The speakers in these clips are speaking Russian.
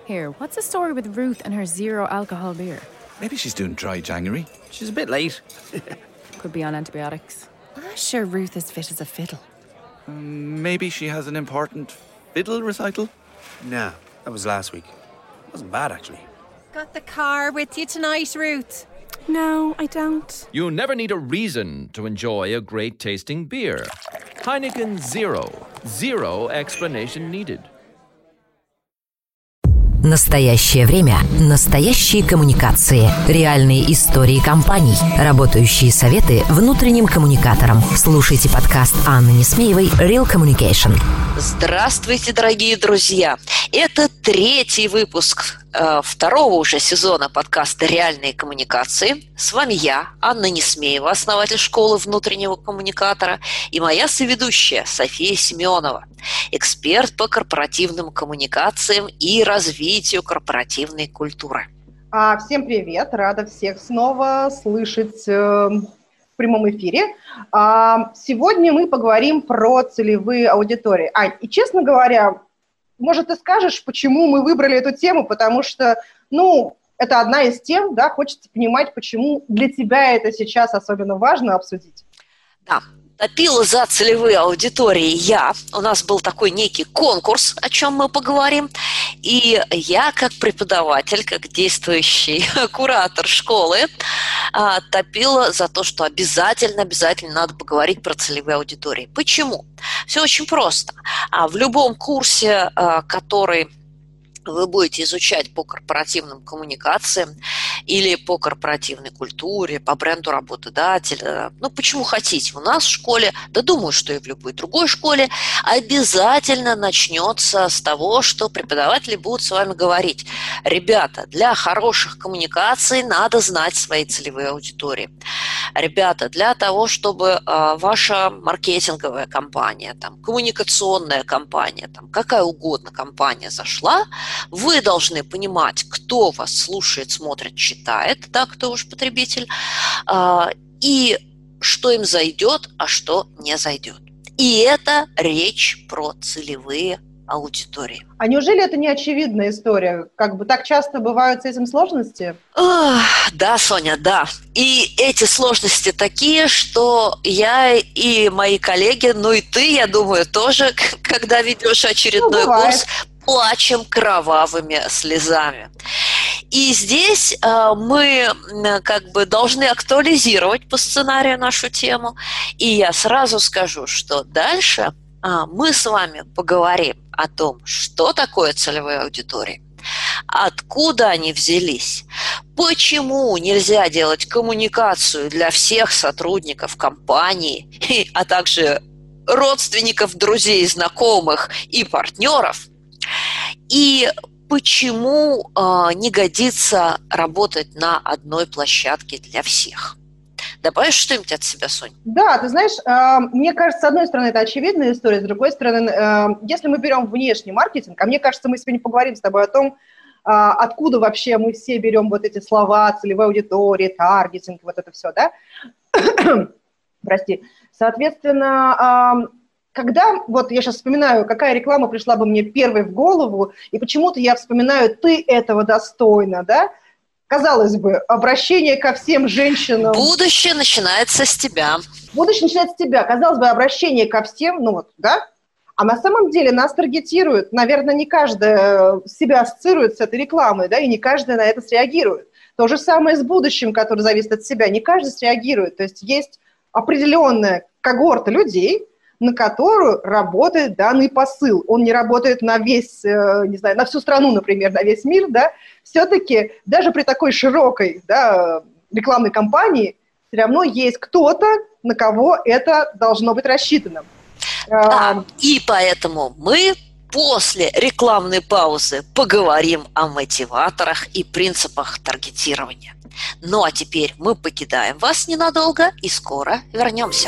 Here, what's the story with Ruth and her zero alcohol beer? Maybe she's doing dry January. She's a bit late. Could be on antibiotics. I'm sure Ruth is fit as a fiddle. Maybe she has an important fiddle recital? Nah, that was last week. Wasn't bad, actually. Got the car with you tonight, Ruth? No, I don't. You never need a reason to enjoy a great tasting beer. Heineken Zero. Zero explanation needed. Настоящее время. Настоящие коммуникации. Реальные истории компаний. Работающие советы внутренним коммуникаторам. Слушайте подкаст Анны Несмеевой «Real Communication». Здравствуйте, дорогие друзья! Это 3-й выпуск второго уже сезона подкаста «Реальные коммуникации». С вами я, Анна Несмеева, основатель школы внутреннего коммуникатора, и моя соведущая София Семенова, эксперт по корпоративным коммуникациям и развитию корпоративной культуры. Всем привет! Рада всех снова слышать в прямом эфире. Сегодня мы поговорим про целевые аудитории. Ань, и честно говоря, может, ты скажешь, почему мы выбрали эту тему? Потому что, это одна из тем, да, хочется понимать, почему для тебя это сейчас особенно важно обсудить. Да. Топила за целевые аудитории я. У нас был такой некий конкурс, о чем мы поговорим. И я, как преподаватель, как действующий куратор школы, топила за то, что обязательно надо поговорить про целевые аудитории. Почему? Все очень просто. В любом курсе, который вы будете изучать по корпоративным коммуникациям или по корпоративной культуре, по бренду работодателя, почему хотите. У нас в школе, думаю, что и в любой другой школе, обязательно начнется с того, что преподаватели будут с вами говорить: ребята, для хороших коммуникаций надо знать свои целевые аудитории. Ребята, для того, чтобы ваша маркетинговая компания, коммуникационная компания, какая угодно компания зашла, вы должны понимать, кто вас слушает, смотрит, читает, кто уж потребитель, и что им зайдет, а что не зайдет. И это речь про целевые аудитории. А неужели это не очевидная история? Так часто бывают с этим сложности? Да, Соня, да. И эти сложности такие, что я и мои коллеги, и ты, я думаю, тоже, когда ведешь очередной курс, плачем кровавыми слезами. И здесь мы должны актуализировать по сценарию нашу тему. И я сразу скажу, что дальше мы с вами поговорим о том, что такое целевые аудитории, откуда они взялись, почему нельзя делать коммуникацию для всех сотрудников компании, а также родственников, друзей, знакомых и партнеров, и почему не годится работать на одной площадке для всех. Добавишь что-нибудь от себя, Сонь? Да, ты знаешь, мне кажется, с одной стороны, это очевидная история, с другой стороны, если мы берем внешний маркетинг, мне кажется, мы сегодня поговорим с тобой о том, откуда вообще мы все берем вот эти слова, целевой аудитории, таргетинг, вот это все, да? Прости. Соответственно, когда, я сейчас вспоминаю, какая реклама пришла бы мне первой в голову, и почему-то я вспоминаю «ты этого достойна», да? Казалось бы, обращение ко всем женщинам. Будущее начинается с тебя. Будущее начинается с тебя. Казалось бы, обращение ко всем, да? А на самом деле нас таргетируют. Наверное, не каждая себя ассоциирует с этой рекламой, да, и не каждая на это среагирует. То же самое с будущим, который зависит от себя. Не каждый среагирует. То есть есть определенная когорта людей, на которую работает данный посыл. Он не работает на весь, на всю страну, например, на весь мир, да. Все-таки даже при такой широкой, рекламной кампании все равно есть кто-то, на кого это должно быть рассчитано. Да, и поэтому мы после рекламной паузы поговорим о мотиваторах и принципах таргетирования. Ну а теперь мы покидаем вас ненадолго и скоро вернемся.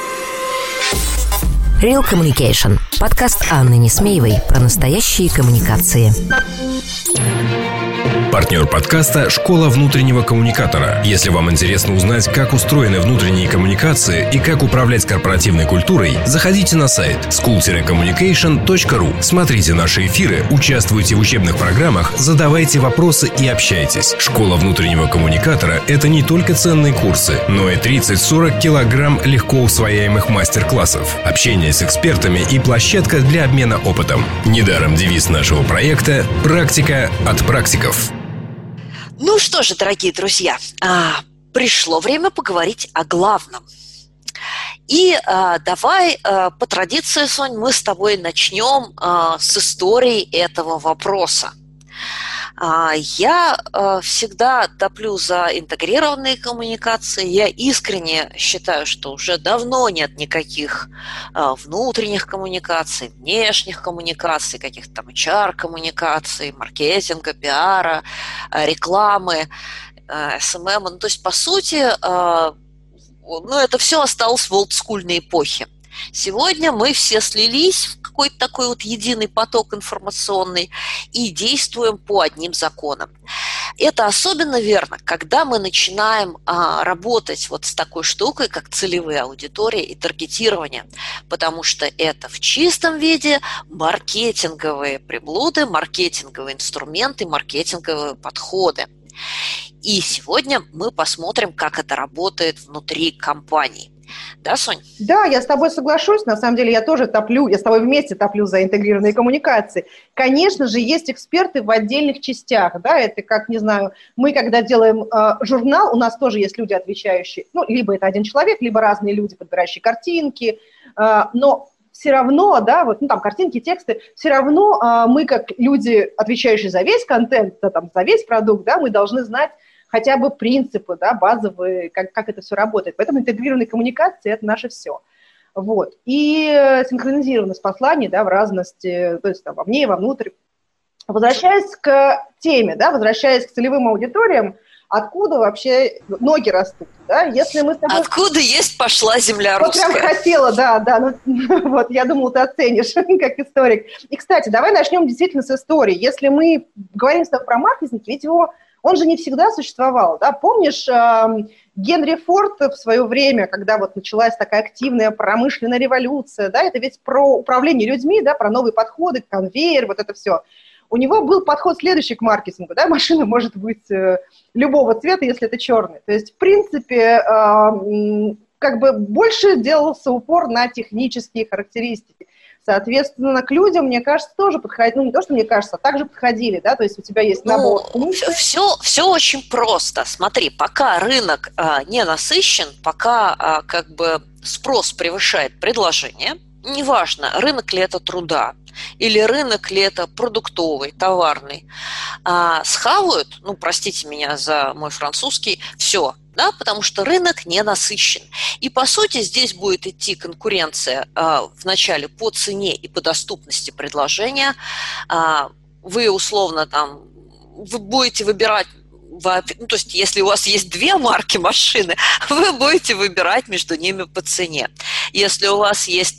Real Communication. Подкаст Анны Несмеевой про настоящие коммуникации. Партнер подкаста «Школа внутреннего коммуникатора». Если вам интересно узнать, как устроены внутренние коммуникации и как управлять корпоративной культурой, заходите на сайт school-communication.ru. Смотрите наши эфиры, участвуйте в учебных программах, задавайте вопросы и общайтесь. «Школа внутреннего коммуникатора» — это не только ценные курсы, но и 30-40 килограмм легко усвояемых мастер-классов, общение с экспертами и площадка для обмена опытом. Недаром девиз нашего проекта «Практика от практиков». Ну что же, дорогие друзья, пришло время поговорить о главном. И давай по традиции, Сонь, мы с тобой начнем с истории этого вопроса. Я всегда топлю за интегрированные коммуникации. Я искренне считаю, что уже давно нет никаких внутренних коммуникаций, внешних коммуникаций, каких-то там HR-коммуникаций, маркетинга, пиара, рекламы, СММ. Ну, то есть, по сути, это все осталось в олдскульной эпохе. Сегодня мы все слились в какой-то такой вот единый поток информационный и действуем по одним законам. Это особенно верно, когда мы начинаем работать вот с такой штукой, как целевые аудитории и таргетирование, потому что это в чистом виде маркетинговые приблуды, маркетинговые инструменты, маркетинговые подходы. И сегодня мы посмотрим, как это работает внутри компаний. Да, Сонь? Да, я с тобой соглашусь. На самом деле я тоже топлю, я с тобой вместе топлю за интегрированные коммуникации. Конечно же, есть эксперты в отдельных частях. Да, это как, не знаю, мы когда делаем журнал, у нас тоже есть люди, отвечающие, либо это один человек, либо разные люди, подбирающие картинки, но все равно, да, там картинки, тексты, все равно мы, как люди, отвечающие за весь контент, за весь продукт, да, мы должны знать хотя бы принципы, да, базовые, как это все работает. Поэтому интегрированные коммуникации – это наше все. Вот. И синхронизированность посланий, да, в разности, то есть вовне и вовнутрь. Возвращаясь к теме, да, возвращаясь к целевым аудиториям, откуда вообще ноги растут, да? Если мы с тобой... Откуда есть пошла земля русская? Вот прям хотела, да. Вот, я думала, ты оценишь как историк. И, кстати, давай начнем действительно с истории. Если мы говорим с тобой про маркетинг, ведь он же не всегда существовал, да? Помнишь, Генри Форд в свое время, когда вот началась такая активная промышленная революция, да, это ведь про управление людьми, да, про новые подходы, конвейер, вот это все. У него был подход следующий к маркетингу, да, машина может быть любого цвета, если это черный. То есть, в принципе, больше делался упор на технические характеристики. Соответственно, к людям, мне кажется, тоже подходили, не то, что мне кажется, а также подходили, да, то есть у тебя есть набор. Все очень просто. Смотри, пока рынок не насыщен, пока спрос превышает предложение, неважно, рынок ли это труда, или рынок ли это продуктовый, товарный, схавают, простите меня за мой французский, все. Да, потому что рынок не насыщен. И, по сути, здесь будет идти конкуренция вначале по цене и по доступности предложения. Вы, условно, вы будете выбирать, то есть если у вас есть две марки машины, вы будете выбирать между ними по цене. Если у вас есть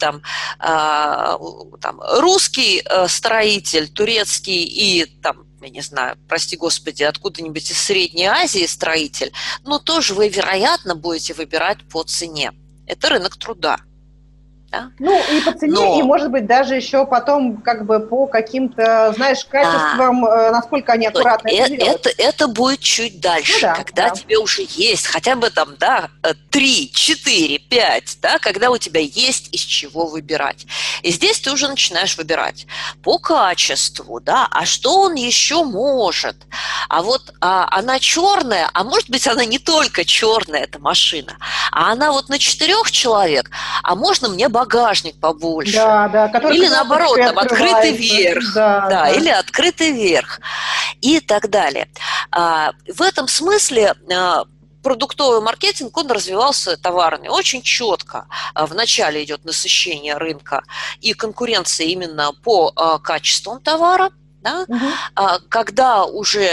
русский строитель, турецкий и я не знаю, прости господи, откуда-нибудь из Средней Азии строитель, тоже вы, вероятно, будете выбирать по цене. Это рынок труда. Да? И по цене, и, может быть, даже еще потом по каким-то, знаешь, качествам, насколько они аккуратно это будет чуть дальше, когда тебе уже есть хотя бы 3, 4, 5, да, когда у тебя есть из чего выбирать. И здесь ты уже начинаешь выбирать по качеству, да, а что он еще может? А вот она черная, а может быть, она не только черная, эта машина, а она на 4 человек, а можно мне багажник побольше. Да, или наоборот, открытый верх. Или открытый верх. И так далее. В этом смысле продуктовый маркетинг, он развивался товарный очень четко. Вначале идет насыщение рынка и конкуренция именно по качеству товара. Да? Когда уже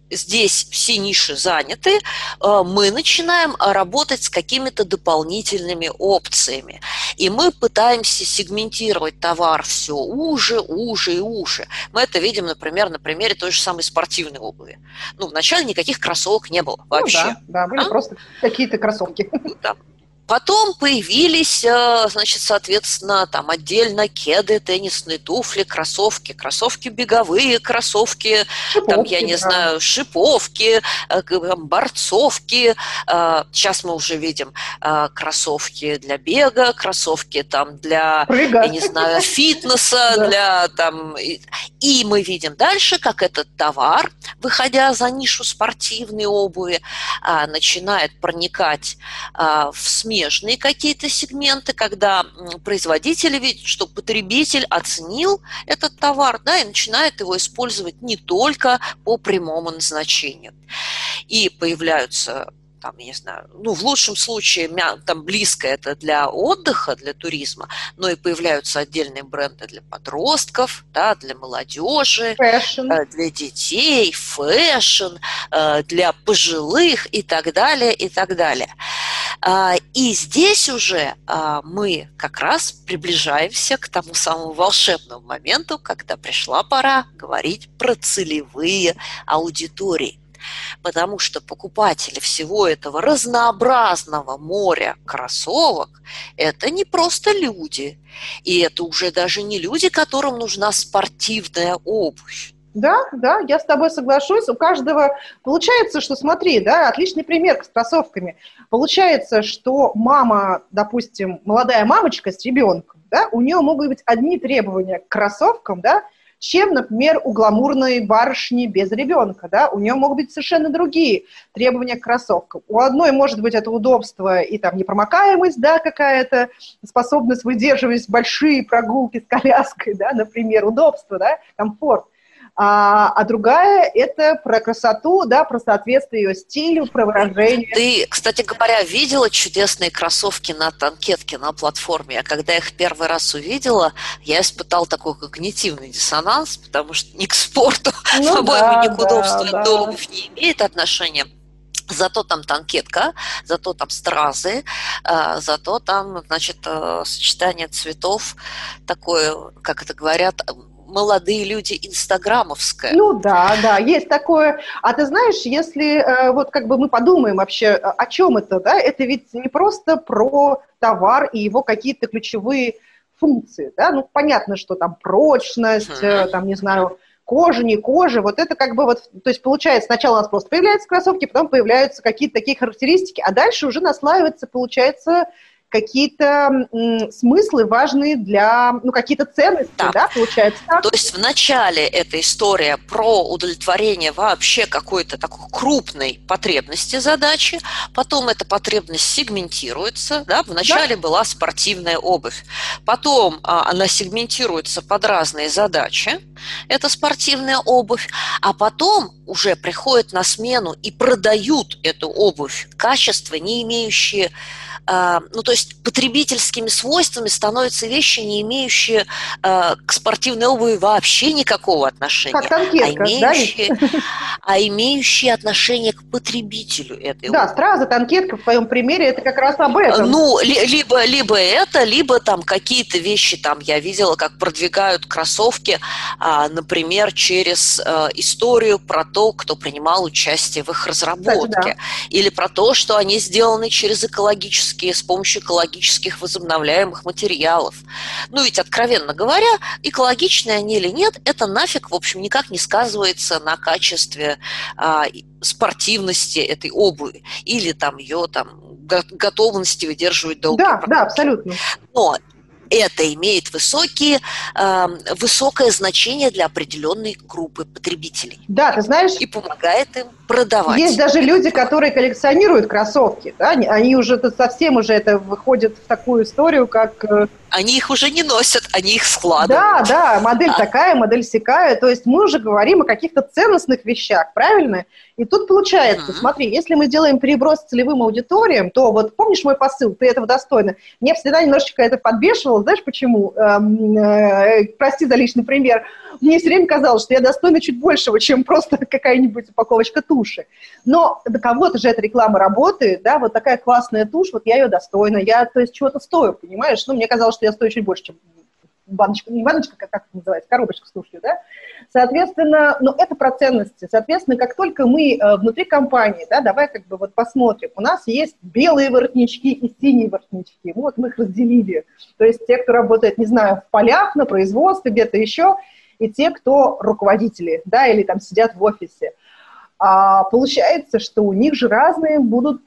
здесь все ниши заняты, мы начинаем работать с какими-то дополнительными опциями. И мы пытаемся сегментировать товар все уже, уже и уже. Мы это видим, например, на примере той же самой спортивной обуви. Вначале никаких кроссовок не было вообще. Да, были просто какие-то кроссовки. Да. Потом появились, соответственно, там отдельно кеды, теннисные туфли, кроссовки беговые, кроссовки, шиповки, там, я не знаю, шиповки, борцовки. Сейчас мы уже видим кроссовки для бега, кроссовки там для, я не знаю, фитнеса, для там... И мы видим дальше, как этот товар, выходя за нишу спортивной обуви, начинает проникать в смежные какие-то сегменты, когда производители видят, что потребитель оценил этот товар, да, и начинает его использовать не только по прямому назначению. И появляются, там, я не знаю, в лучшем случае там близко это для отдыха, для туризма, но и появляются отдельные бренды для подростков, да, для молодежи, для детей, фэшн, для пожилых и так далее, и так далее. И здесь уже мы как раз приближаемся к тому самому волшебному моменту, когда пришла пора говорить про целевые аудитории. Потому что покупатели всего этого разнообразного моря кроссовок – это не просто люди. И это уже даже не люди, которым нужна спортивная обувь. Да, я с тобой соглашусь. У каждого получается, что, смотри, да, отличный пример с кроссовками. Получается, что мама, допустим, молодая мамочка с ребенком, да, у нее могут быть одни требования к кроссовкам, да, чем, например, у гламурной барышни без ребенка, да, у нее могут быть совершенно другие требования к кроссовкам. У одной может быть это удобство и там непромокаемость, да, какая-то способность выдерживать большие прогулки с коляской, да, например, удобство, да, комфорт. А другая – это про красоту, да, про соответствие ее стилю, про выражение. Ты, кстати говоря, видела чудесные кроссовки на танкетке на платформе? А когда я их первый раз увидела, я испытала такой когнитивный диссонанс, потому что ни к спорту, по-моему, ни к удобству эта обувь не имеет отношения. Зато там танкетка, зато там стразы, зато там, значит, сочетание цветов такое, как это говорят, молодые люди инстаграмовское. Да, есть такое. А ты знаешь, если вот как бы мы подумаем вообще, о чем это, да, это ведь не просто про товар и его какие-то ключевые функции, да, понятно, что там прочность, там, не знаю, кожа, не кожа, вот это как бы вот, то есть получается, сначала у нас просто появляются кроссовки, потом появляются какие-то такие характеристики, а дальше уже наслаивается, получается, какие-то смыслы важные для, какие-то ценности, да, получается так? То есть вначале эта история про удовлетворение вообще какой-то такой крупной потребности, задачи, потом эта потребность сегментируется, да, вначале была спортивная обувь, потом она сегментируется под разные задачи, это спортивная обувь, а потом уже приходят на смену и продают эту обувь, качество, не имеющие... то есть потребительскими свойствами становятся вещи, не имеющие к спортивной обуви вообще никакого отношения, как танкетка, имеющие отношение к потребителю этой обуви. Да, стразы, танкетка в твоем примере, это как раз об этом. Либо это, либо там какие-то вещи, там я видела, как продвигают кроссовки, например, через историю про то, кто принимал участие в их разработке, или про то, что они сделаны через с помощью экологических возобновляемых материалов. Ведь, откровенно говоря, экологичные они или нет, это нафиг, в общем, никак не сказывается на качестве спортивности этой обуви или там ее готовности выдерживать долгие прогулки. Да, абсолютно. Но это имеет высокое значение для определенной группы потребителей. Да, ты знаешь... И помогает им продавать. Есть даже люди, которые коллекционируют кроссовки. Да? Они уже совсем это выходят в такую историю, как... они их уже не носят, они их складывают. Да, модель такая, модель сякая. То есть мы уже говорим о каких-то ценностных вещах, правильно? И тут получается, смотри, если мы делаем переброс к целевым аудиториям, то вот помнишь мой посыл, ты этого достойна? Мне всегда немножечко это подбешивало, знаешь почему? Прости за личный пример. Мне все время казалось, что я достойна чуть большего, чем просто какая-нибудь упаковочка туши. Но до кого-то же эта реклама работает, да, вот такая классная тушь, вот я ее достойна, я, то есть, чего-то стою, понимаешь? Ну, мне казалось, что я стою чуть больше, чем баночка, не баночка, как это называется, коробочка с тушью, да? Соответственно, ну, это про ценности. Соответственно, как только мы внутри компании, да, давай как бы вот посмотрим, у нас есть белые воротнички и синие воротнички, вот мы их разделили. То есть те, кто работает, не знаю, в полях, на производстве, где-то еще, и те, кто руководители, да, или там сидят в офисе. А получается, что у них же разные будут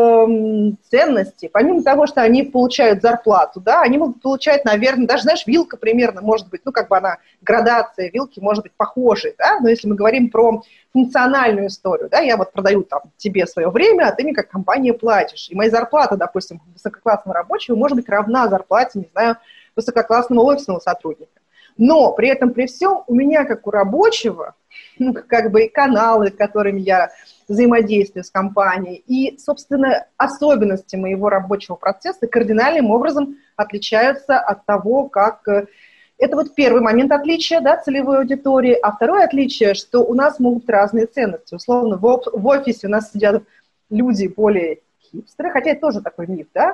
ценности. Помимо того, что они получают зарплату, да, они могут получать, наверное, даже, знаешь, вилка примерно может быть, ну, как бы она, градация вилки может быть похожей, да, но если мы говорим про функциональную историю, да, я вот продаю там тебе свое время, а ты мне как компания платишь. И моя зарплата, допустим, высококлассного рабочего может быть равна зарплате, не знаю, высококлассного офисного сотрудника. Но при этом, при всем, у меня, как у рабочего, ну, как бы и каналы, с которыми я взаимодействую с компанией, и, собственно, особенности моего рабочего процесса кардинальным образом отличаются от того, как... Это вот первый момент отличия, да, целевой аудитории, а второе отличие, что у нас могут быть разные ценности. Условно, в офисе у нас сидят люди более хипстеры, хотя это тоже такой миф, да,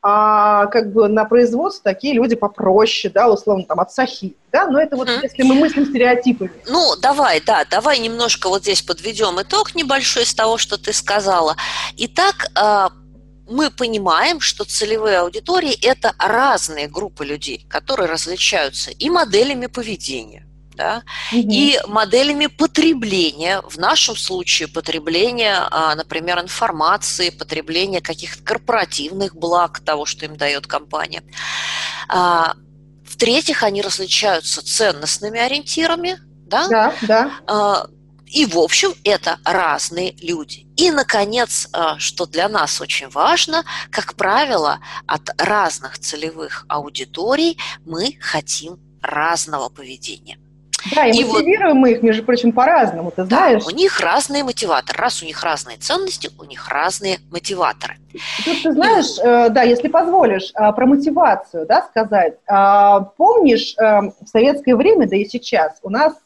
а как бы на производстве такие люди попроще, да, условно, там, от сахи, да, но это вот если мы мыслим стереотипами. Ну, давай немножко вот здесь подведем итог небольшой из того, что ты сказала. Итак, мы понимаем, что целевые аудитории – это разные группы людей, которые различаются и моделями поведения, да, и моделями потребления, в нашем случае потребления, например, информации, потребления каких-то корпоративных благ, того, что им дает компания. В-третьих, они различаются ценностными ориентирами, да? Да. И, в общем, это разные люди. И, наконец, что для нас очень важно, как правило, от разных целевых аудиторий мы хотим разного поведения. Да, и мотивируем мы их, между прочим, по-разному, ты знаешь? Да, у них разные мотиваторы. Раз у них разные ценности, у них разные мотиваторы. Тут, ты знаешь, да, если позволишь, про мотивацию, да, сказать. Помнишь, в советское время, да и сейчас, у нас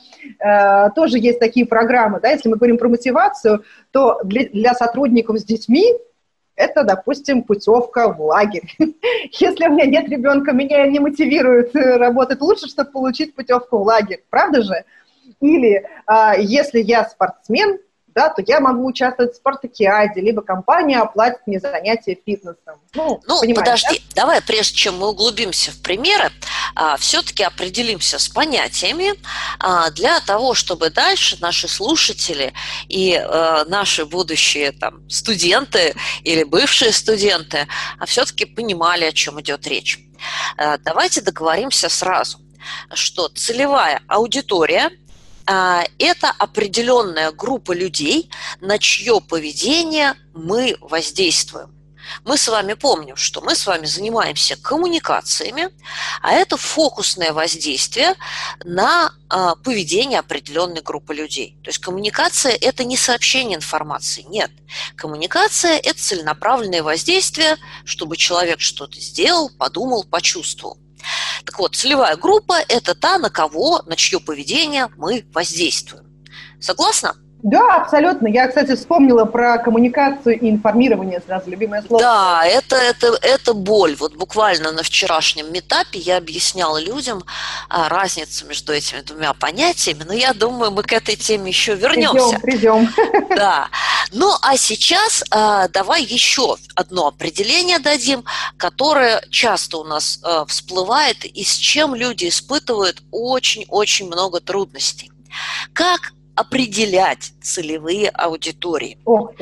тоже есть такие программы, да, если мы говорим про мотивацию, то для сотрудников с детьми это, допустим, путевка в лагерь. Если у меня нет ребенка, меня не мотивирует работать лучше, чтобы получить путевку в лагерь. Правда же? Или если я спортсмен, да, то я могу участвовать в спартакиаде, либо компания оплатит мне занятия фитнесом. Ну подожди, да? Давай, прежде чем мы углубимся в примеры, все-таки определимся с понятиями для того, чтобы дальше наши слушатели и наши будущие там, студенты или бывшие студенты все-таки понимали, о чем идет речь. Давайте договоримся сразу, что целевая аудитория – это определенная группа людей, на чье поведение мы воздействуем. Мы с вами помним, что мы с вами занимаемся коммуникациями, а это фокусное воздействие на поведение определенной группы людей. То есть коммуникация – это не сообщение информации, нет. Коммуникация – это целенаправленное воздействие, чтобы человек что-то сделал, подумал, почувствовал. Так вот, целевая группа – это та, на чье поведение мы воздействуем. Согласна? Да, абсолютно. Я, кстати, вспомнила про коммуникацию и информирование, сразу любимое слово. Да, это боль. Вот буквально на вчерашнем митапе я объясняла людям разницу между этими двумя понятиями, но я думаю, мы к этой теме еще вернемся. Придем. Да. Ну, а сейчас давай еще одно определение дадим, которое часто у нас всплывает и с чем люди испытывают очень-очень много трудностей. Как определять целевые аудитории?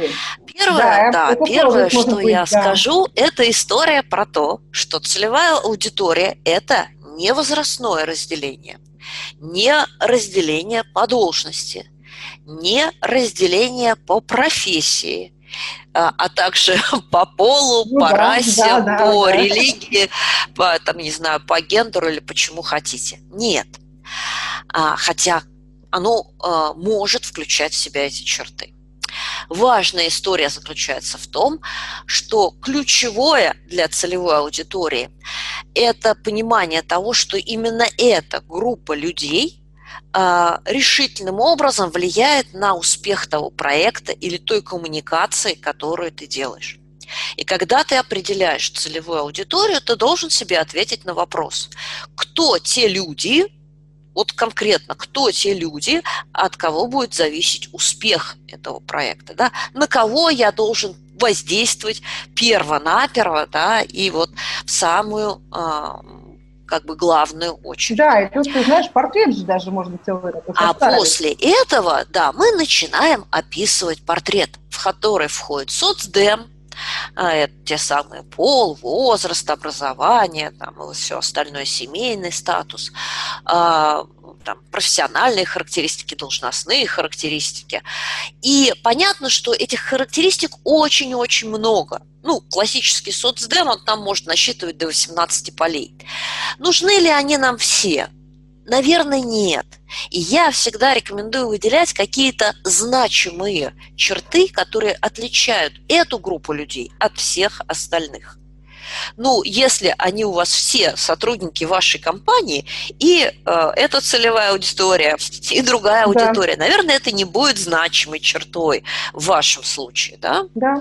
Первое, что я скажу, это история про то, что целевая аудитория – это не возрастное разделение, не разделение по должности, не разделение по профессии, а также по полу, по расе, по религии, по, там, не знаю, по гендеру или почему хотите. Нет. Хотя оно может включать в себя эти черты. Важная история заключается в том, что ключевое для целевой аудитории – это понимание того, что именно эта группа людей решительным образом влияет на успех того проекта или той коммуникации, которую ты делаешь. И когда ты определяешь целевую аудиторию, ты должен себе ответить на вопрос, кто те люди, вот конкретно, кто те люди, от кого будет зависеть успех этого проекта, да? На кого я должен воздействовать перво-наперво, да, и вот в самую как бы главную очередь. Да, и тут, ты знаешь, портрет же даже можно целый. После этого, да, мы начинаем описывать портрет, в который входит соцдем, это те самые пол, возраст, образование, там, и все остальное, семейный статус, там, профессиональные характеристики, должностные характеристики. И понятно, что этих характеристик очень-очень много. Ну, классический соцдем, он там может насчитывать до 18 полей. Нужны ли они нам все? Наверное, нет. И я всегда рекомендую выделять какие-то значимые черты, которые отличают эту группу людей от всех остальных. Ну, если они у вас все сотрудники вашей компании, и это целевая аудитория, и другая аудитория, наверное, это не будет значимой чертой в вашем случае, да? Да.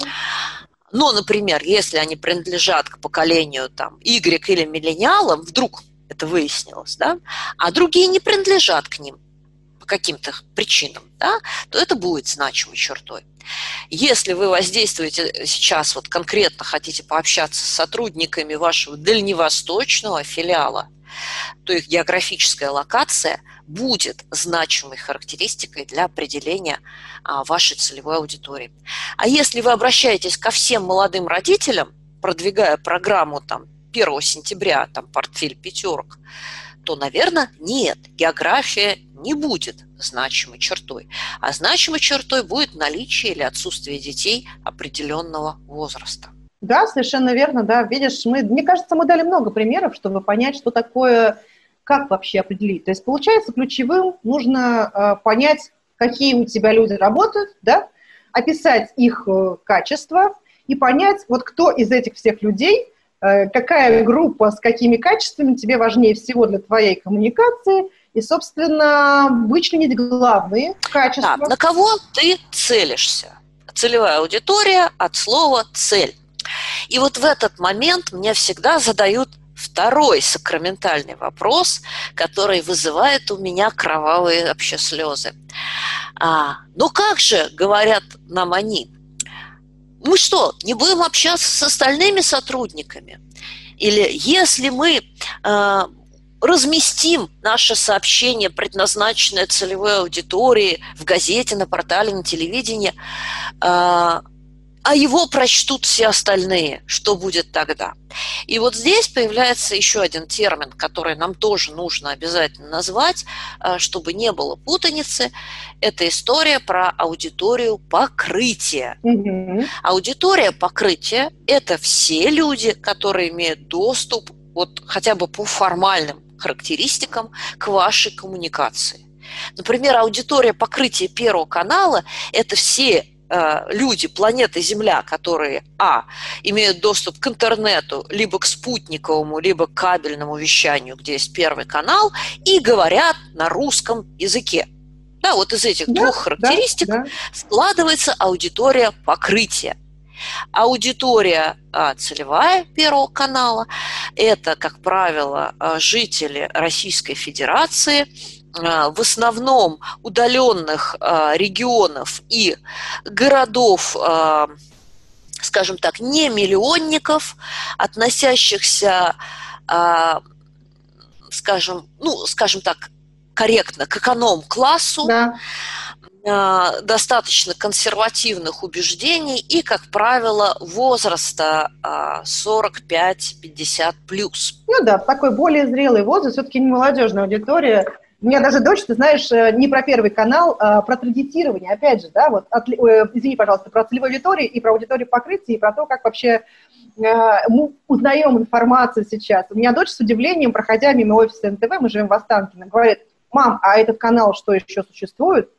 Но, например, если они принадлежат к поколению там, Y или миллениалам, вдруг это выяснилось, да, а другие не принадлежат к ним по каким-то причинам, да, то это будет значимой чертой. Если вы воздействуете сейчас, вот конкретно хотите пообщаться с сотрудниками вашего дальневосточного филиала, то их географическая локация будет значимой характеристикой для определения вашей целевой аудитории. А если вы обращаетесь ко всем молодым родителям, продвигая программу там, 1 сентября, там, портфель пятерок, то, наверное, нет, география не будет значимой чертой. А значимой чертой будет наличие или отсутствие детей определенного возраста. Да, совершенно верно, да. Видишь, мне кажется, мы дали много примеров, чтобы понять, что такое, как вообще определить. То есть, получается, ключевым нужно понять, какие у тебя люди работают, да, описать их качества и понять, вот кто из этих всех людей, какая группа с какими качествами тебе важнее всего для твоей коммуникации, и, собственно, вычленить главные качества. Да, на кого ты целишься? Целевая аудитория от слова «цель». И вот в этот момент мне всегда задают второй сакраментальный вопрос, который вызывает у меня кровавые вообще слезы. Ну как же, говорят нам они, мы что, не будем общаться с остальными сотрудниками? Или если мы разместим наше сообщение, предназначенное целевой аудитории, в газете, на портале, на телевидении, а его прочтут все остальные, что будет тогда? И вот здесь появляется еще один термин, который нам тоже нужно обязательно назвать, чтобы не было путаницы. Это история про аудиторию покрытия. Аудитория покрытия – это все люди, которые имеют доступ вот, хотя бы по формальным характеристикам к вашей коммуникации. Например, аудитория покрытия Первого канала – это все люди планеты Земля, которые имеют доступ к интернету, либо к спутниковому, либо к кабельному вещанию, где есть Первый канал, и говорят на русском языке. Да, вот из этих двух характеристик складывается аудитория покрытия. Аудитория целевая Первого канала – это, как правило, жители Российской Федерации, в основном удаленных регионов и городов, скажем так, не миллионников, относящихся, скажем так, корректно к эконом-классу, достаточно консервативных убеждений и, как правило, возраста 45-50+. Ну да, такой более зрелый возраст, все-таки не молодежная аудитория. У меня даже дочь, ты знаешь, не про Первый канал, а про таргетирование. Опять же, да, вот, извини, пожалуйста, про целевую аудиторию и про аудиторию покрытия, и про то, как вообще мы узнаем информацию сейчас. У меня дочь с удивлением, проходя мимо офиса НТВ, мы живем в Останкино, говорит: мам, а этот канал что, еще существует?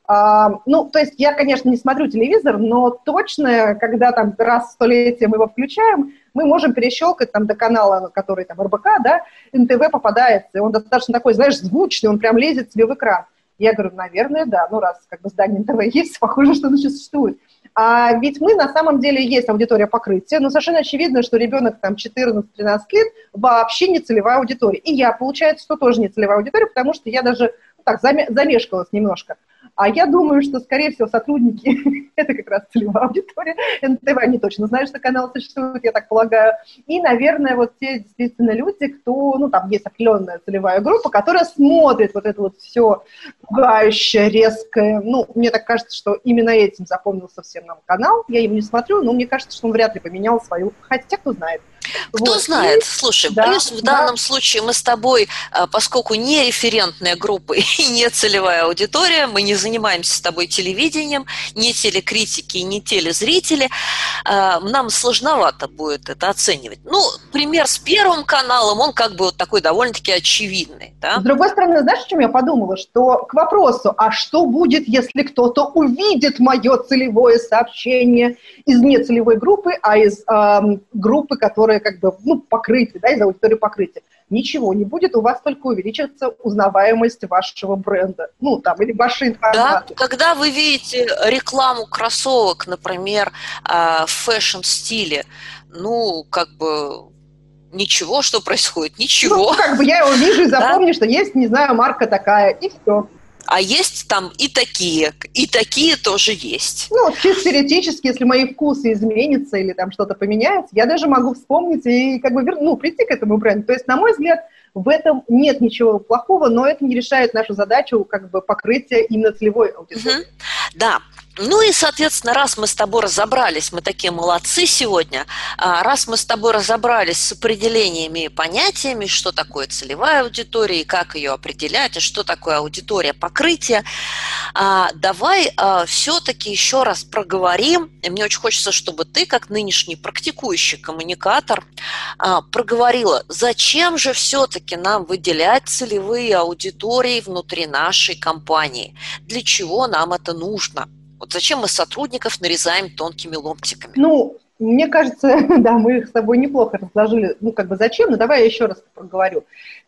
Ну, то есть я, конечно, не смотрю телевизор, но точно, когда там раз в столетие мы его включаем, мы можем перещелкать там до канала, который там РБК, да, НТВ попадается, и он достаточно такой, знаешь, звучный, он прям лезет тебе в экран. Я говорю, наверное, да, ну раз как бы здание НТВ есть, похоже, что оно существует. А ведь мы на самом деле есть аудитория покрытия, но совершенно очевидно, что ребенок там 14-13 лет вообще не целевая аудитория. И я, получается, что тоже не целевая аудитория, потому что я даже так замешкалась немножко. А я думаю, что, скорее всего, сотрудники, это как раз целевая аудитория НТВ, они точно знают, что канал существует, я так полагаю. И, наверное, вот те действительно люди, кто, ну, там есть определенная целевая группа, которая смотрит вот это вот все пугающее, резкое. Ну, мне так кажется, что именно этим запомнился всем нам канал. Я им не смотрю, но мне кажется, что он вряд ли поменял свою... Хотя, кто знает. Кто вот. знает, слушай, да, плюс в данном случае мы с тобой, поскольку не референтная группа и не целевая аудитория, мы не занимаемся с тобой телевидением, не телекритики, не телезрители, нам сложновато будет это оценивать. Ну, пример с Первым каналом, он как бы вот такой довольно-таки очевидный. Да? С другой стороны, знаешь, о чем я подумала? Что к вопросу, а что будет, если кто-то увидит мое целевое сообщение из нецелевой группы, а из группы, которая как бы, ну, покрытие, да, из аудитории покрытия. Ничего не будет, у вас только увеличится узнаваемость вашего бренда, ну, там, или вашей информации. Да, когда вы видите рекламу кроссовок, например, в фэшн-стиле, ну, как бы, ничего, что происходит, ничего. Ну, как бы я его вижу и запомню, что есть, не знаю, марка такая, и все. А есть там и такие тоже есть. Ну, чисто теоретически, если мои вкусы изменятся или там что-то поменяется, я даже могу вспомнить и как бы прийти к этому бренду. То есть, на мой взгляд, в этом нет ничего плохого, но это не решает нашу задачу как бы покрытия именно целевой аудитории. Да. Ну и, соответственно, раз мы с тобой разобрались, мы такие молодцы сегодня, раз мы с тобой разобрались с определениями и понятиями, что такое целевая аудитория и как ее определять, и что такое аудитория покрытия, давай все-таки еще раз проговорим, и мне очень хочется, чтобы ты, как нынешний практикующий коммуникатор, проговорила, зачем же все-таки нам выделять целевые аудитории внутри нашей компании, для чего нам это нужно? Вот зачем мы сотрудников нарезаем тонкими ломтиками? Ну, мне кажется, да, мы их с тобой неплохо разложили. Ну, как бы зачем? Но давай я еще раз проговорю.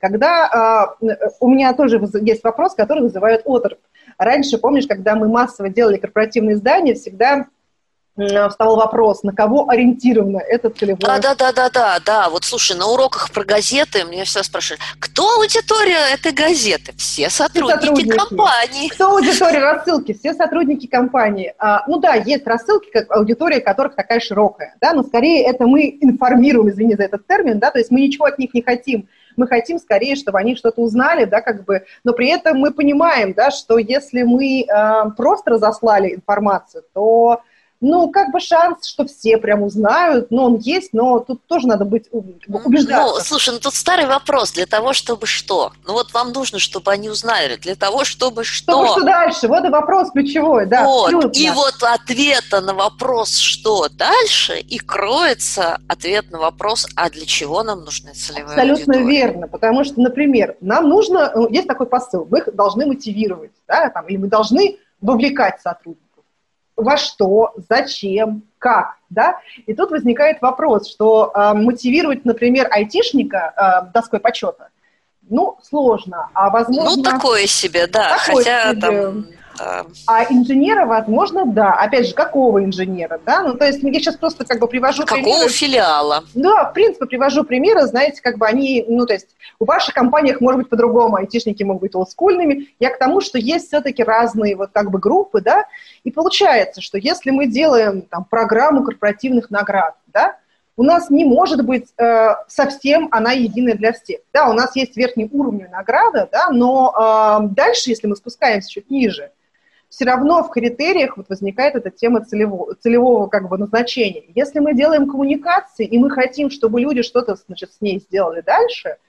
Когда у меня тоже есть вопрос, который вызывает оторопь. Раньше, помнишь, когда мы массово делали корпоративные издания, всегда встал вопрос, на кого ориентировано это целевое. Да. Вот слушай, на уроках про газеты меня всегда спрашивали, кто аудитория этой газеты? Все сотрудники компании. Кто аудитория рассылки? Все сотрудники компании. Ну да, есть рассылки, как аудитория которых такая широкая, да, но скорее это мы информируем, извини за этот термин, да, то есть мы ничего от них не хотим. Мы хотим скорее, чтобы они что-то узнали, да, как бы, но при этом мы понимаем, да, что если мы просто разослали информацию, то ну, как бы шанс, что все прям узнают, но он есть, но тут тоже надо быть убеждаться. Ну, слушай, тут старый вопрос, для того, чтобы что? Ну, вот вам нужно, чтобы они узнали, для того, чтобы что? Чтобы что дальше? Вот и вопрос ключевой, да. Вот, абсолютно. И вот ответа на вопрос, что дальше, и кроется ответ на вопрос, а для чего нам нужны целевые абсолютно аудитории? Верно, потому что, например, нам нужно, есть такой посыл, мы их должны мотивировать, да, там, или мы должны вовлекать сотрудников. Во что, зачем, как, да? И тут возникает вопрос, что мотивировать, например, айтишника доской почета, ну, сложно, а возможно... Ну, такое себе, да, хотя себе. Там... А инженера, возможно, да. Опять же, какого инженера, да? Ну, то есть я сейчас просто как бы привожу какого примеры. Филиала? Да, в принципе, привожу примеры, знаете, как бы они, ну, то есть в ваших компаниях может быть по-другому, айтишники могут быть олдскульными. Я к тому, что есть все-таки разные вот как бы группы, да, и получается, что если мы делаем там программу корпоративных наград, да, у нас не может быть совсем она единая для всех. Да, у нас есть верхний уровень награда, да, но дальше, если мы спускаемся чуть ниже, все равно в критериях вот возникает эта тема целевого как бы назначения. Если мы делаем коммуникации, и мы хотим, чтобы люди что-то, значит, с ней сделали дальше,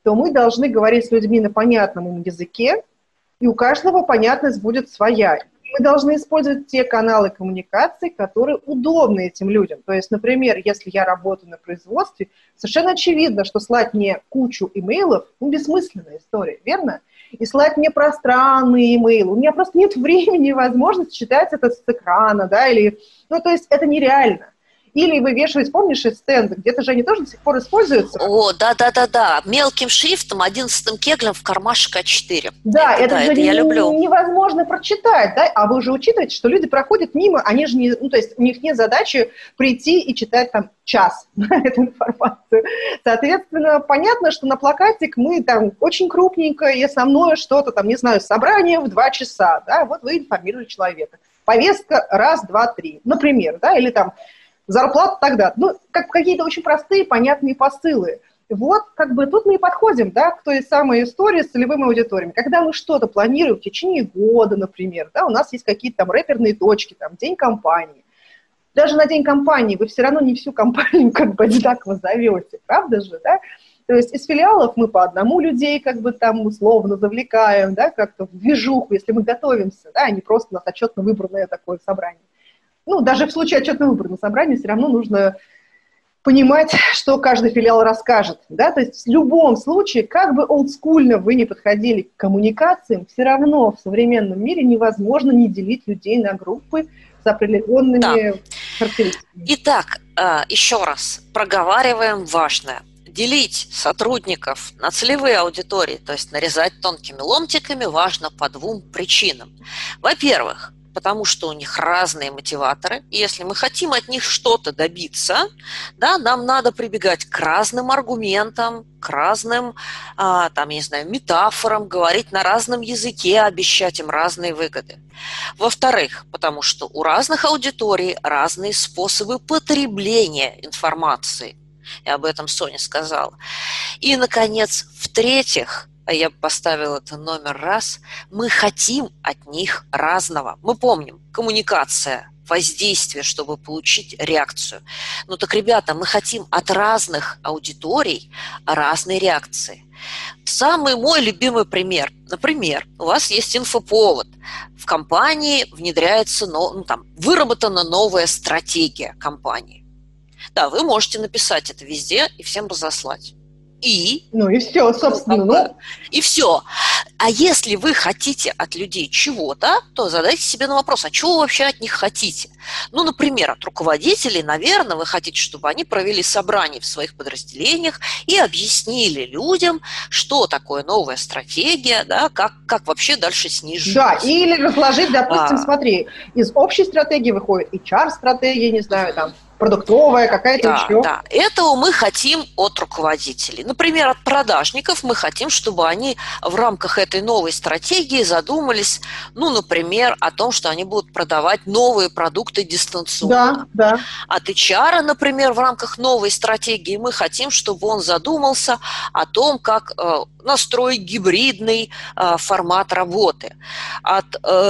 то мы должны говорить с людьми на понятном им языке, и у каждого понятность будет своя. Мы должны использовать те каналы коммуникации, которые удобны этим людям. То есть, например, если я работаю на производстве, совершенно очевидно, что слать мне кучу имейлов, бессмысленная история, верно? И слать мне пространные имейлы. У меня просто нет времени и возможности читать это с экрана, да, или... Ну, то есть это нереально. Или вывешивать, помнишь, из стенда, где-то же они тоже до сих пор используются. О, да. Мелким шрифтом, 11 кеглем в кармашек А4. Да, это же я люблю. Невозможно прочитать, да? А вы же учитываете, что люди проходят мимо, они же не... Ну, то есть у них нет задачи прийти и читать там час эту информацию. Соответственно, понятно, что на плакатик мы там очень крупненько и основное что-то там, не знаю, собрание в 2 часа, да? Вот вы информировали человека. Повестка 1, 2, 3, например, да? Или там зарплата тогда. Ну, как какие-то очень простые, понятные посылы. Вот, как бы тут мы и подходим, да, к той самой истории с целевыми аудиториями. Когда мы что-то планируем в течение года, например, да, у нас есть какие-то там рэперные точки, там, день компании. Даже на день компании вы все равно не всю компанию как бы одинаково зовете, правда же, да? То есть из филиалов мы по одному людей как бы там условно завлекаем, да, как-то в движуху, если мы готовимся, да, а не просто у нас отчетно выбранное такое собрание. Ну, даже в случае отчетно выбранного собрания все равно нужно понимать, что каждый филиал расскажет, да, то есть в любом случае, как бы олдскульно вы не подходили к коммуникациям, все равно в современном мире невозможно не делить людей на группы с определенными характеристиками. Итак, еще раз проговариваем важное. Делить сотрудников на целевые аудитории, то есть нарезать тонкими ломтиками, важно по 2 причинам. Во-первых, потому что у них разные мотиваторы, и если мы хотим от них что-то добиться, да, нам надо прибегать к разным аргументам, к разным, там, я не знаю, метафорам, говорить на разном языке, обещать им разные выгоды. Во-вторых, потому что у разных аудиторий разные способы потребления информации. И об этом Соня сказала. И, наконец, в-третьих, а я поставила это номер 1, мы хотим от них разного. Мы помним, коммуникация, воздействие, чтобы получить реакцию. Ну так, ребята, мы хотим от разных аудиторий разные реакции. Самый мой любимый пример. Например, у вас есть инфоповод. В компании внедряется, выработана новая стратегия компании. Да, вы можете написать это везде и всем разослать. Ну и все, собственно. И все. А если вы хотите от людей чего-то, то задайте себе вопрос, а чего вы вообще от них хотите? Ну, например, от руководителей, наверное, вы хотите, чтобы они провели собрание в своих подразделениях и объяснили людям, что такое новая стратегия, да, как вообще дальше с ней жить. Да, или разложить, допустим, смотри, из общей стратегии выходит HR-стратегия, не знаю, там, продуктовая, какая-то еще. Да, этого мы хотим от руководителей. Например, от продажников мы хотим, чтобы они в рамках этой новой стратегии задумались, например, о том, что они будут продавать новые продукты дистанционно. Да. От HR, например, в рамках новой стратегии мы хотим, чтобы он задумался о том, как настроить гибридный формат работы. От,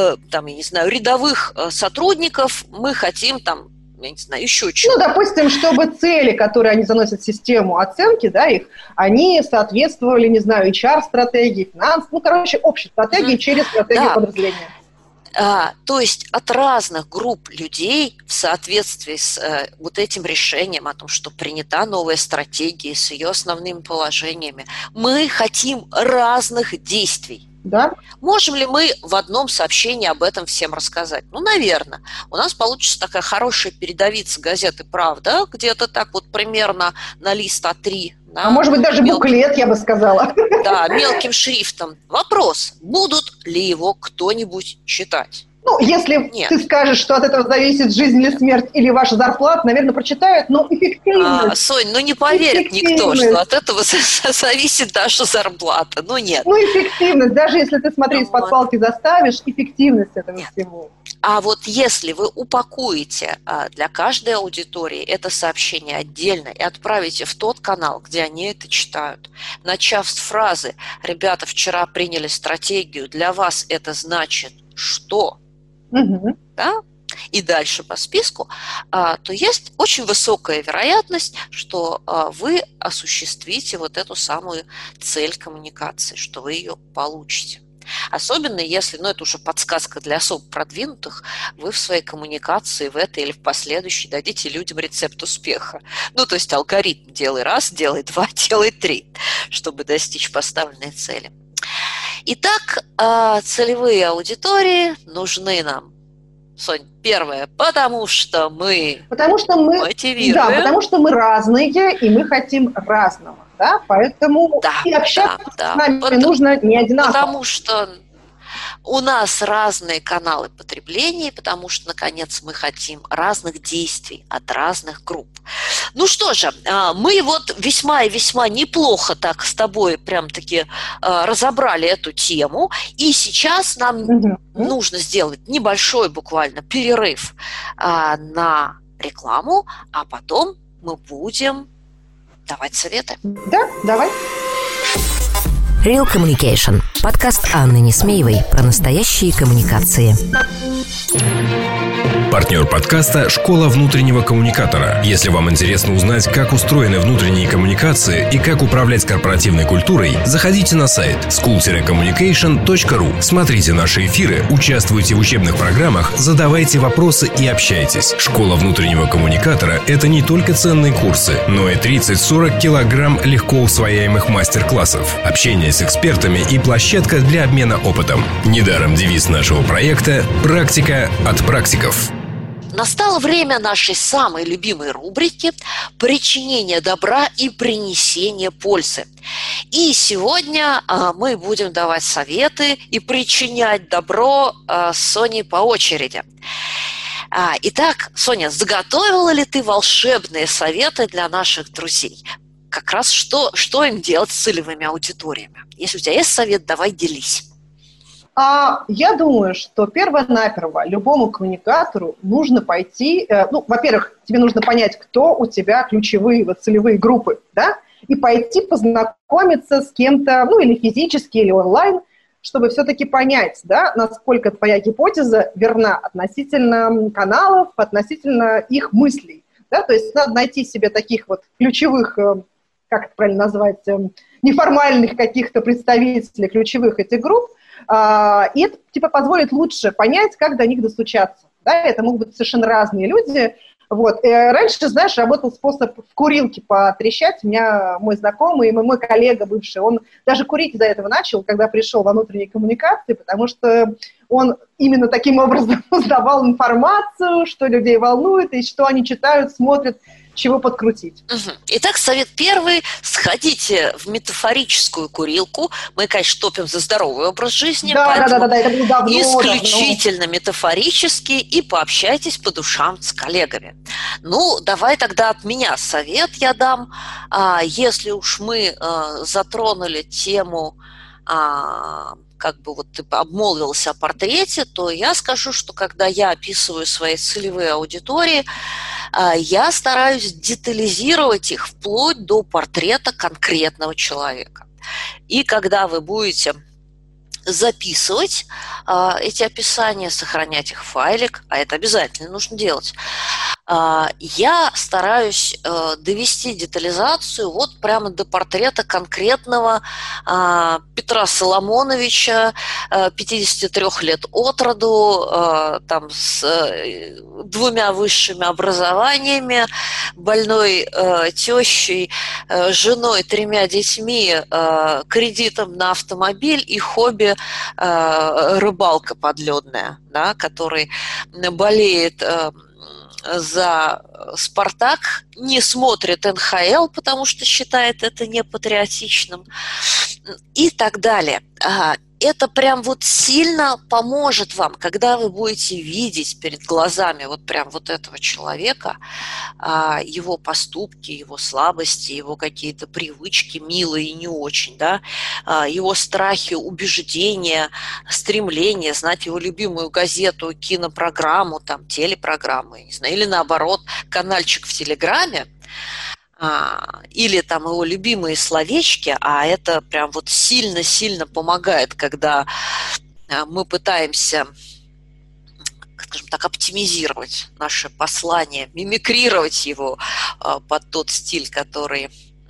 рядовых сотрудников мы хотим я не знаю, еще чего. Допустим, чтобы цели, которые они заносят в систему оценки, да, их, они соответствовали, не знаю, HR-стратегии, общей стратегии через стратегию подразделения. То есть от разных групп людей в соответствии с вот этим решением о том, что принята новая стратегия с ее основными положениями, мы хотим разных действий. Да? Можем ли мы в одном сообщении об этом всем рассказать? Наверное. У нас получится такая хорошая передовица газеты «Правда», где-то так вот примерно на лист А3. А может быть, даже буклет, я бы сказала. Да, мелким шрифтом. Вопрос, будут ли его кто-нибудь читать? Если ты скажешь, что от этого зависит жизнь или смерть, или ваша зарплата, наверное, прочитают, но эффективность. Сонь, не поверит никто, что от этого зависит даже зарплата. Нет. Эффективность. Даже если ты, смотри, из-под палки заставишь, эффективность этого всего. А вот если вы упакуете для каждой аудитории это сообщение отдельно и отправите в тот канал, где они это читают, начав с фразы «Ребята, вчера приняли стратегию, для вас это значит что?», да? и дальше по списку, то есть очень высокая вероятность, что вы осуществите вот эту самую цель коммуникации, что вы ее получите. Особенно если, это уже подсказка для особо продвинутых, вы в своей коммуникации, в этой или в последующей дадите людям рецепт успеха. То есть алгоритм: делай раз, делай два, делай три, чтобы достичь поставленной цели. Итак, целевые аудитории нужны нам. Сонь, первое, потому что мы мотивируем. Да, потому что мы разные, и мы хотим разного. Да? Поэтому и общаться с нами нужно не одинаково. Потому что у нас разные каналы потребления, потому что, наконец, мы хотим разных действий от разных групп. Что же, мы весьма и весьма неплохо так с тобой прям-таки разобрали эту тему, и сейчас нам нужно сделать небольшой буквально перерыв на рекламу, а потом мы будем давать советы. Да, давай. Real Communication. Подкаст Анны Несмеевой про настоящие коммуникации. Партнер подкаста «Школа внутреннего коммуникатора». Если вам интересно узнать, как устроены внутренние коммуникации и как управлять корпоративной культурой, заходите на сайт school-communication.ru. Смотрите наши эфиры, участвуйте в учебных программах, задавайте вопросы и общайтесь. «Школа внутреннего коммуникатора» — это не только ценные курсы, но и 30-40 килограмм легко усвояемых мастер-классов, общение с экспертами и площадка для обмена опытом. Недаром девиз нашего проекта «Практика от практиков». Настало время нашей самой любимой рубрики «Причинение добра и принесение пользы». И сегодня мы будем давать советы и причинять добро с Соней по очереди. Итак, Соня, заготовила ли ты волшебные советы для наших друзей? Как раз что им делать с целевыми аудиториями? Если у тебя есть совет, давай делись. Я думаю, что перво-наперво любому коммуникатору нужно пойти, во-первых, тебе нужно понять, кто у тебя ключевые целевые группы, да, и пойти познакомиться с кем-то, или физически, или онлайн, чтобы все-таки понять, да, насколько твоя гипотеза верна относительно каналов, относительно их мыслей, да, то есть надо найти себе таких ключевых, как это правильно назвать, неформальных каких-то представителей ключевых этих групп, и это позволит лучше понять, как до них достучаться. Да? Это могут быть совершенно разные люди. Раньше, знаешь, работал способ в курилке потрещать. У меня мой знакомый, мой коллега бывший, он даже курить из-за этого начал, когда пришел во внутренние коммуникации, потому что он именно таким образом сдавал информацию, что людей волнует, и что они читают, смотрят, чего подкрутить. Итак, совет первый. Сходите в метафорическую курилку. Мы, конечно, топим за здоровый образ жизни. Да, это было давно. Исключительно метафорически, и пообщайтесь по душам с коллегами. Давай тогда от меня совет я дам. Если уж мы затронули тему, ты обмолвился о портрете, то я скажу, что когда я описываю свои целевые аудитории, я стараюсь детализировать их вплоть до портрета конкретного человека. И когда вы будете записывать эти описания, сохранять их в файлик, а это обязательно нужно делать, я стараюсь довести детализацию прямо до портрета конкретного Петра Соломоновича, 53 лет от роду, с 2 высшими образованиями, больной тещей, женой, 3 детьми, кредитом на автомобиль и хобби рыбалка подледная, да, который болеет за «Спартак», не смотрит НХЛ, потому что считает это непатриотичным, и так далее. Это прям сильно поможет вам, когда вы будете видеть перед глазами этого человека, его поступки, его слабости, его какие-то привычки, милые и не очень, да, его страхи, убеждения, стремления, знать его любимую газету, кинопрограмму, телепрограмму, не знаю, или наоборот, канальчик в Телеграме, или его любимые словечки, а это прям сильно-сильно помогает, когда мы пытаемся скажем так, оптимизировать наше послание, мимикрировать его под тот стиль, который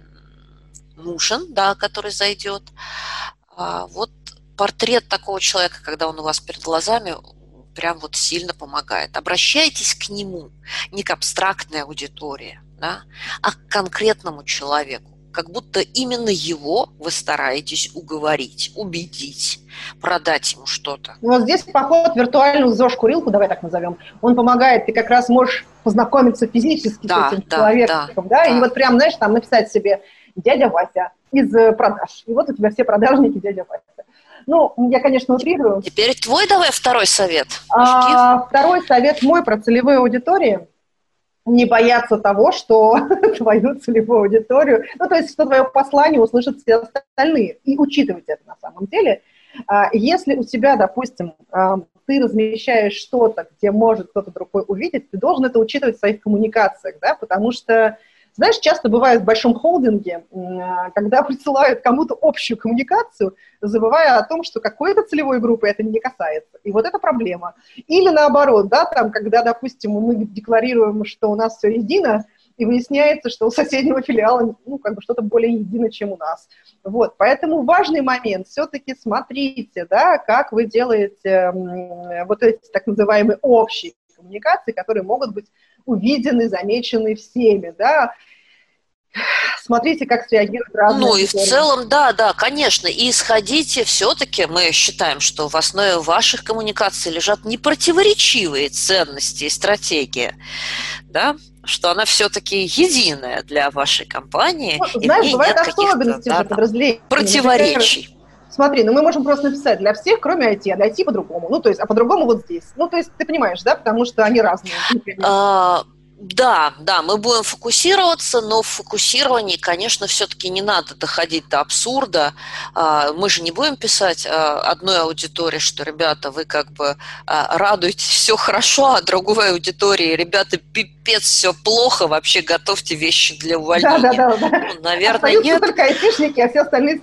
нужен, да, который зайдет. Вот портрет такого человека, когда он у вас перед глазами, прям вот сильно помогает. Обращайтесь к нему не к абстрактной аудитории, да, а к конкретному человеку. Как будто именно его вы стараетесь уговорить, убедить, продать ему что-то. Вот здесь поход в виртуальную ЗОЖ-курилку, давай так назовем, он помогает, ты как раз можешь познакомиться физически с этим человеком, да, и вот прям, знаешь, там написать себе «дядя Вася» из продаж. И вот у тебя все продажники «дядя Вася». Ну, я, конечно, утрирую. Теперь твой давай второй совет. Второй совет мой про целевую аудиторию. Не бояться того, что твою целевую аудиторию, ну, то есть, что твое послание услышат все остальные. И учитывать это на самом деле. Если у тебя, допустим, ты размещаешь что-то, где может кто-то другой увидеть, ты должен это учитывать в своих коммуникациях, да, потому что, знаешь, часто бывает в большом холдинге, когда присылают кому-то общую коммуникацию, забывая о том, что какой-то целевой группы это не касается. И вот это проблема. Или наоборот, да, там, когда, допустим, мы декларируем, что у нас все едино, и выясняется, что у соседнего филиала, ну, как бы что-то более едино, чем у нас. Вот, поэтому важный момент, все-таки смотрите, да, как вы делаете вот эти так называемые общие коммуникации, которые могут быть увидены, замечены всеми, да. Смотрите, как среагируют разные Ну и аудитории. в целом, да, конечно. И исходите, все-таки мы считаем, что в основе ваших коммуникаций лежат непротиворечивые ценности и стратегии, да, что она все-таки единая для вашей компании. Ну, и знаешь, в ней бывают нет особенности каких-то, же подразделений. противоречий. Смотри, ну мы можем просто написать для всех, кроме IT, а для IT по-другому. Ну, то есть, а по-другому вот здесь. Ну, то есть, ты понимаешь, да, потому что они разные. Да, мы будем фокусироваться, но в фокусировании, конечно, все-таки не надо доходить до абсурда. Мы же не будем писать одной аудитории, что, ребята, вы как бы радуетесь, все хорошо, а другой аудитории, ребята, пипец, все плохо, вообще готовьте вещи для увольнения. Да. Ну, наверное, остаются нет. Только айтишники, а все остальные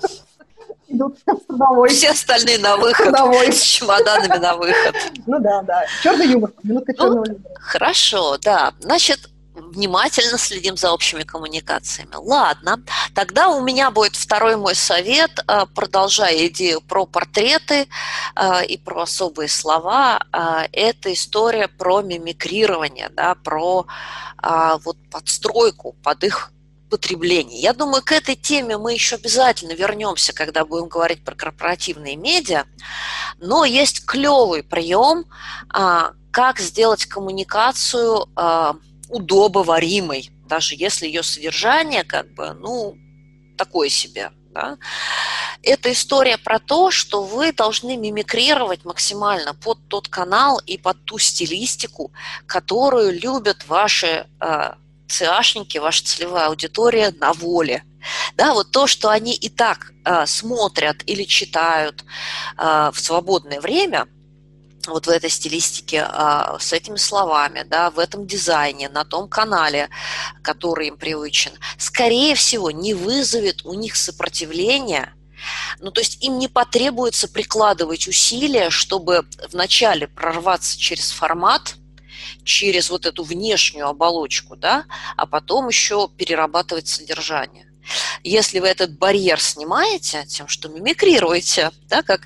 идут в трудовой. Все остальные на выход, с чемоданами на выход. Ну да. Черный юмор, минутка черного юмора. Хорошо, да. Значит, внимательно следим за общими коммуникациями. Ладно, тогда у меня будет второй мой совет, продолжая идею про портреты и про особые слова. Это история про мимикрирование, да, про вот подстройку под их потребления. Я думаю, к этой теме мы еще обязательно вернемся, когда будем говорить про корпоративные медиа, но есть клевый прием, как сделать коммуникацию удобоваримой, даже если ее содержание как бы, ну, такое себе. Да? Это история про то, что вы должны мимикрировать максимально под тот канал и под ту стилистику, которую любят ваши ЦАшники, ваша целевая аудитория на воле. Да, вот то, что они и так смотрят или читают в свободное время, вот в этой стилистике, с этими словами, да, в этом дизайне, на том канале, который им привычен, скорее всего, не вызовет у них сопротивления. Ну, то есть им не потребуется прикладывать усилия, чтобы вначале прорваться через формат, через вот эту внешнюю оболочку, да, а потом еще перерабатывать содержание. Если вы этот барьер снимаете тем, что мимикрируете, да, как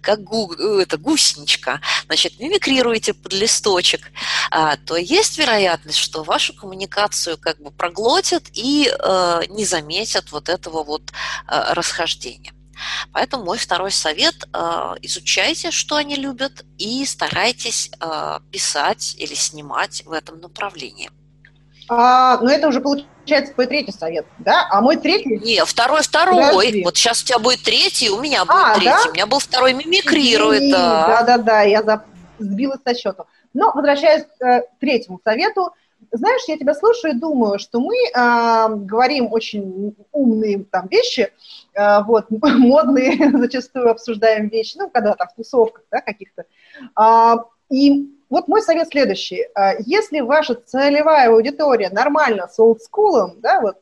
гусеничка, значит, мимикрируете под листочек, то есть вероятность, что вашу коммуникацию как бы проглотят и не заметят вот этого вот расхождения. Поэтому мой второй совет – изучайте, что они любят, и старайтесь писать или снимать в этом направлении. Ну, это уже получается твой третий совет, да? А мой третий? Не, второй. Подожди. Вот сейчас у тебя будет третий, у меня будет третий. Да? У меня был второй мимикрирует. Да, я сбилась со счету. Но, возвращаясь к третьему совету, знаешь, я тебя слушаю и думаю, что мы говорим очень умные там вещи, вот, модные зачастую обсуждаем вещи, ну, когда там в тусовках, да, каких-то. И вот мой совет следующий. Если ваша целевая аудитория нормально с олдскулом, да, вот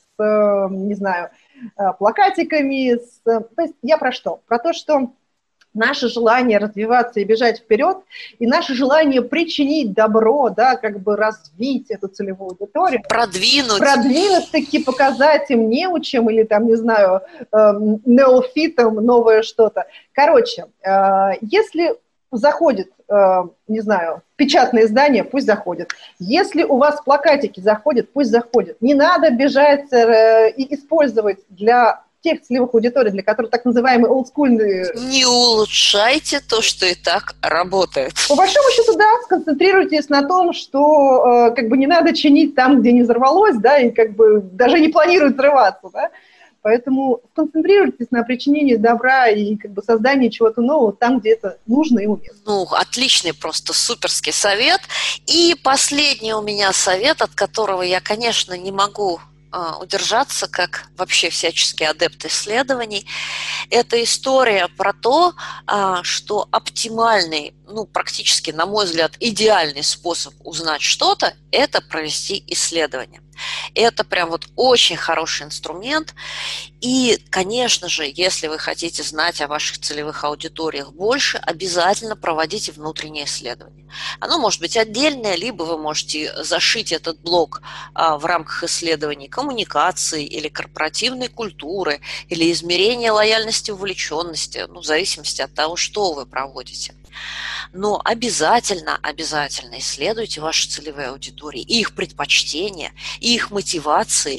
с, не знаю, плакатиками, то есть я про что? Про то, что наше желание развиваться и бежать вперед, и наше желание причинить добро, да, как бы развить эту целевую аудиторию. Продвинуть, таки показать им неучим или там, не знаю, неофитам новое что-то. Короче, если заходит, не знаю, печатное издание, пусть заходит. Если у вас плакатики заходят, пусть заходят. Не надо бежать и использовать для тех целевых аудиторий, для которых так называемые олдскульные... Не улучшайте то, что и так работает. По большому счету, да, сконцентрируйтесь на том, что как бы не надо чинить там, где не взорвалось, да, и как бы даже не планируют взрываться, да. Поэтому сконцентрируйтесь на причинении добра и как бы создании чего-то нового там, где это нужно и уместно. Ну, отличный просто суперский совет. И последний у меня совет, от которого я, конечно, не могу удержаться, как вообще всяческие адепты исследований. Это история про то, что оптимальный, ну, практически, на мой взгляд, идеальный способ узнать что-то – это провести исследование. Это прям вот очень хороший инструмент. И, конечно же, если вы хотите знать о ваших целевых аудиториях больше, обязательно проводите внутреннее исследование. Оно может быть отдельное, либо вы можете зашить этот блок в рамках исследований коммуникации или корпоративной культуры, или измерения лояльности, увлеченности, ну, в зависимости от того, что вы проводите. Но обязательно исследуйте ваши целевые аудитории, и их предпочтения, и их мотивации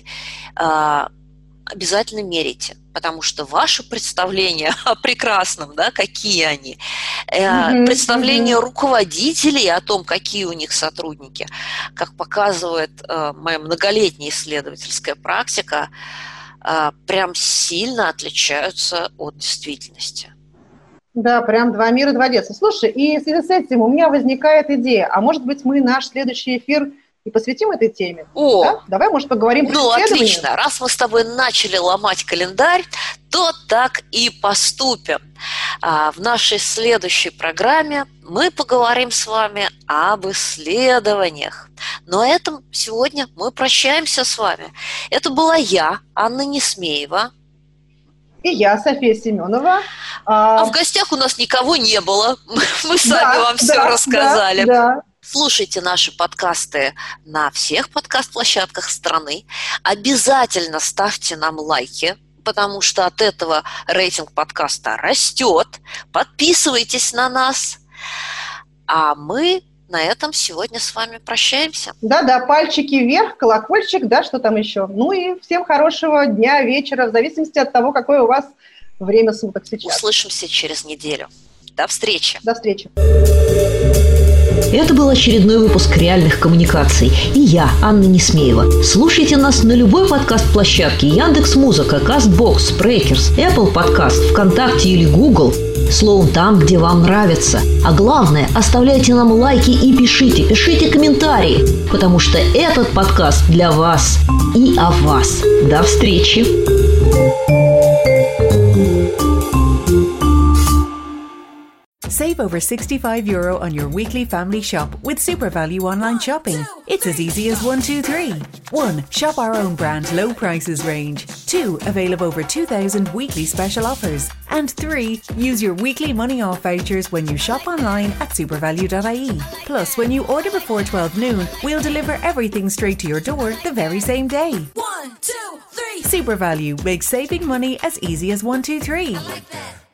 обязательно мерите, потому что ваше представление о прекрасном, да, какие они, представление руководителей о том, какие у них сотрудники, как показывает моя многолетняя исследовательская практика, прям сильно отличаются от действительности. Да, прям два мира, два детства. Слушай, и в связи с этим у меня возникает идея, а может быть мы наш следующий эфир и посвятим этой теме? Да? Давай, может, поговорим про исследования? Ну, отлично. Раз мы с тобой начали ломать календарь, то так и поступим. В нашей следующей программе мы поговорим с вами об исследованиях. Но этом сегодня мы прощаемся с вами. Это была я, Анна Несмеева. И я, София Семенова. А в гостях у нас никого не было. Мы сами вам все рассказали. Да. Слушайте наши подкасты на всех подкаст-площадках страны. Обязательно ставьте нам лайки, потому что от этого рейтинг подкаста растет. Подписывайтесь на нас. А мы на этом сегодня с вами прощаемся. Да, пальчики вверх, колокольчик, да, что там еще. Ну и всем хорошего дня, вечера, в зависимости от того, какое у вас время суток сейчас. Услышимся через неделю. До встречи. До встречи. Это был очередной выпуск «Реальных коммуникаций». И я, Анна Несмеева. Слушайте нас на любой подкаст-площадке: Яндекс.Музыка, Кастбокс, Спрекерс, Apple Podcast, ВКонтакте или Google. Словом, там, где вам нравится. А главное, оставляйте нам лайки и пишите комментарии, потому что этот подкаст для вас и о вас. До встречи! Save over €65 on your weekly family shop with SuperValue online shopping. It's as easy as 1, 2, 3. 1. Shop our own brand low prices range. 2. Avail of over 2,000 weekly special offers. And 3. Use your weekly money off vouchers when you shop online at supervalue.ie. Plus, when you order before 12 noon, we'll deliver everything straight to your door the very same day. 1, 2, 3. SuperValue makes saving money as easy as 1, 2, 3. I like that.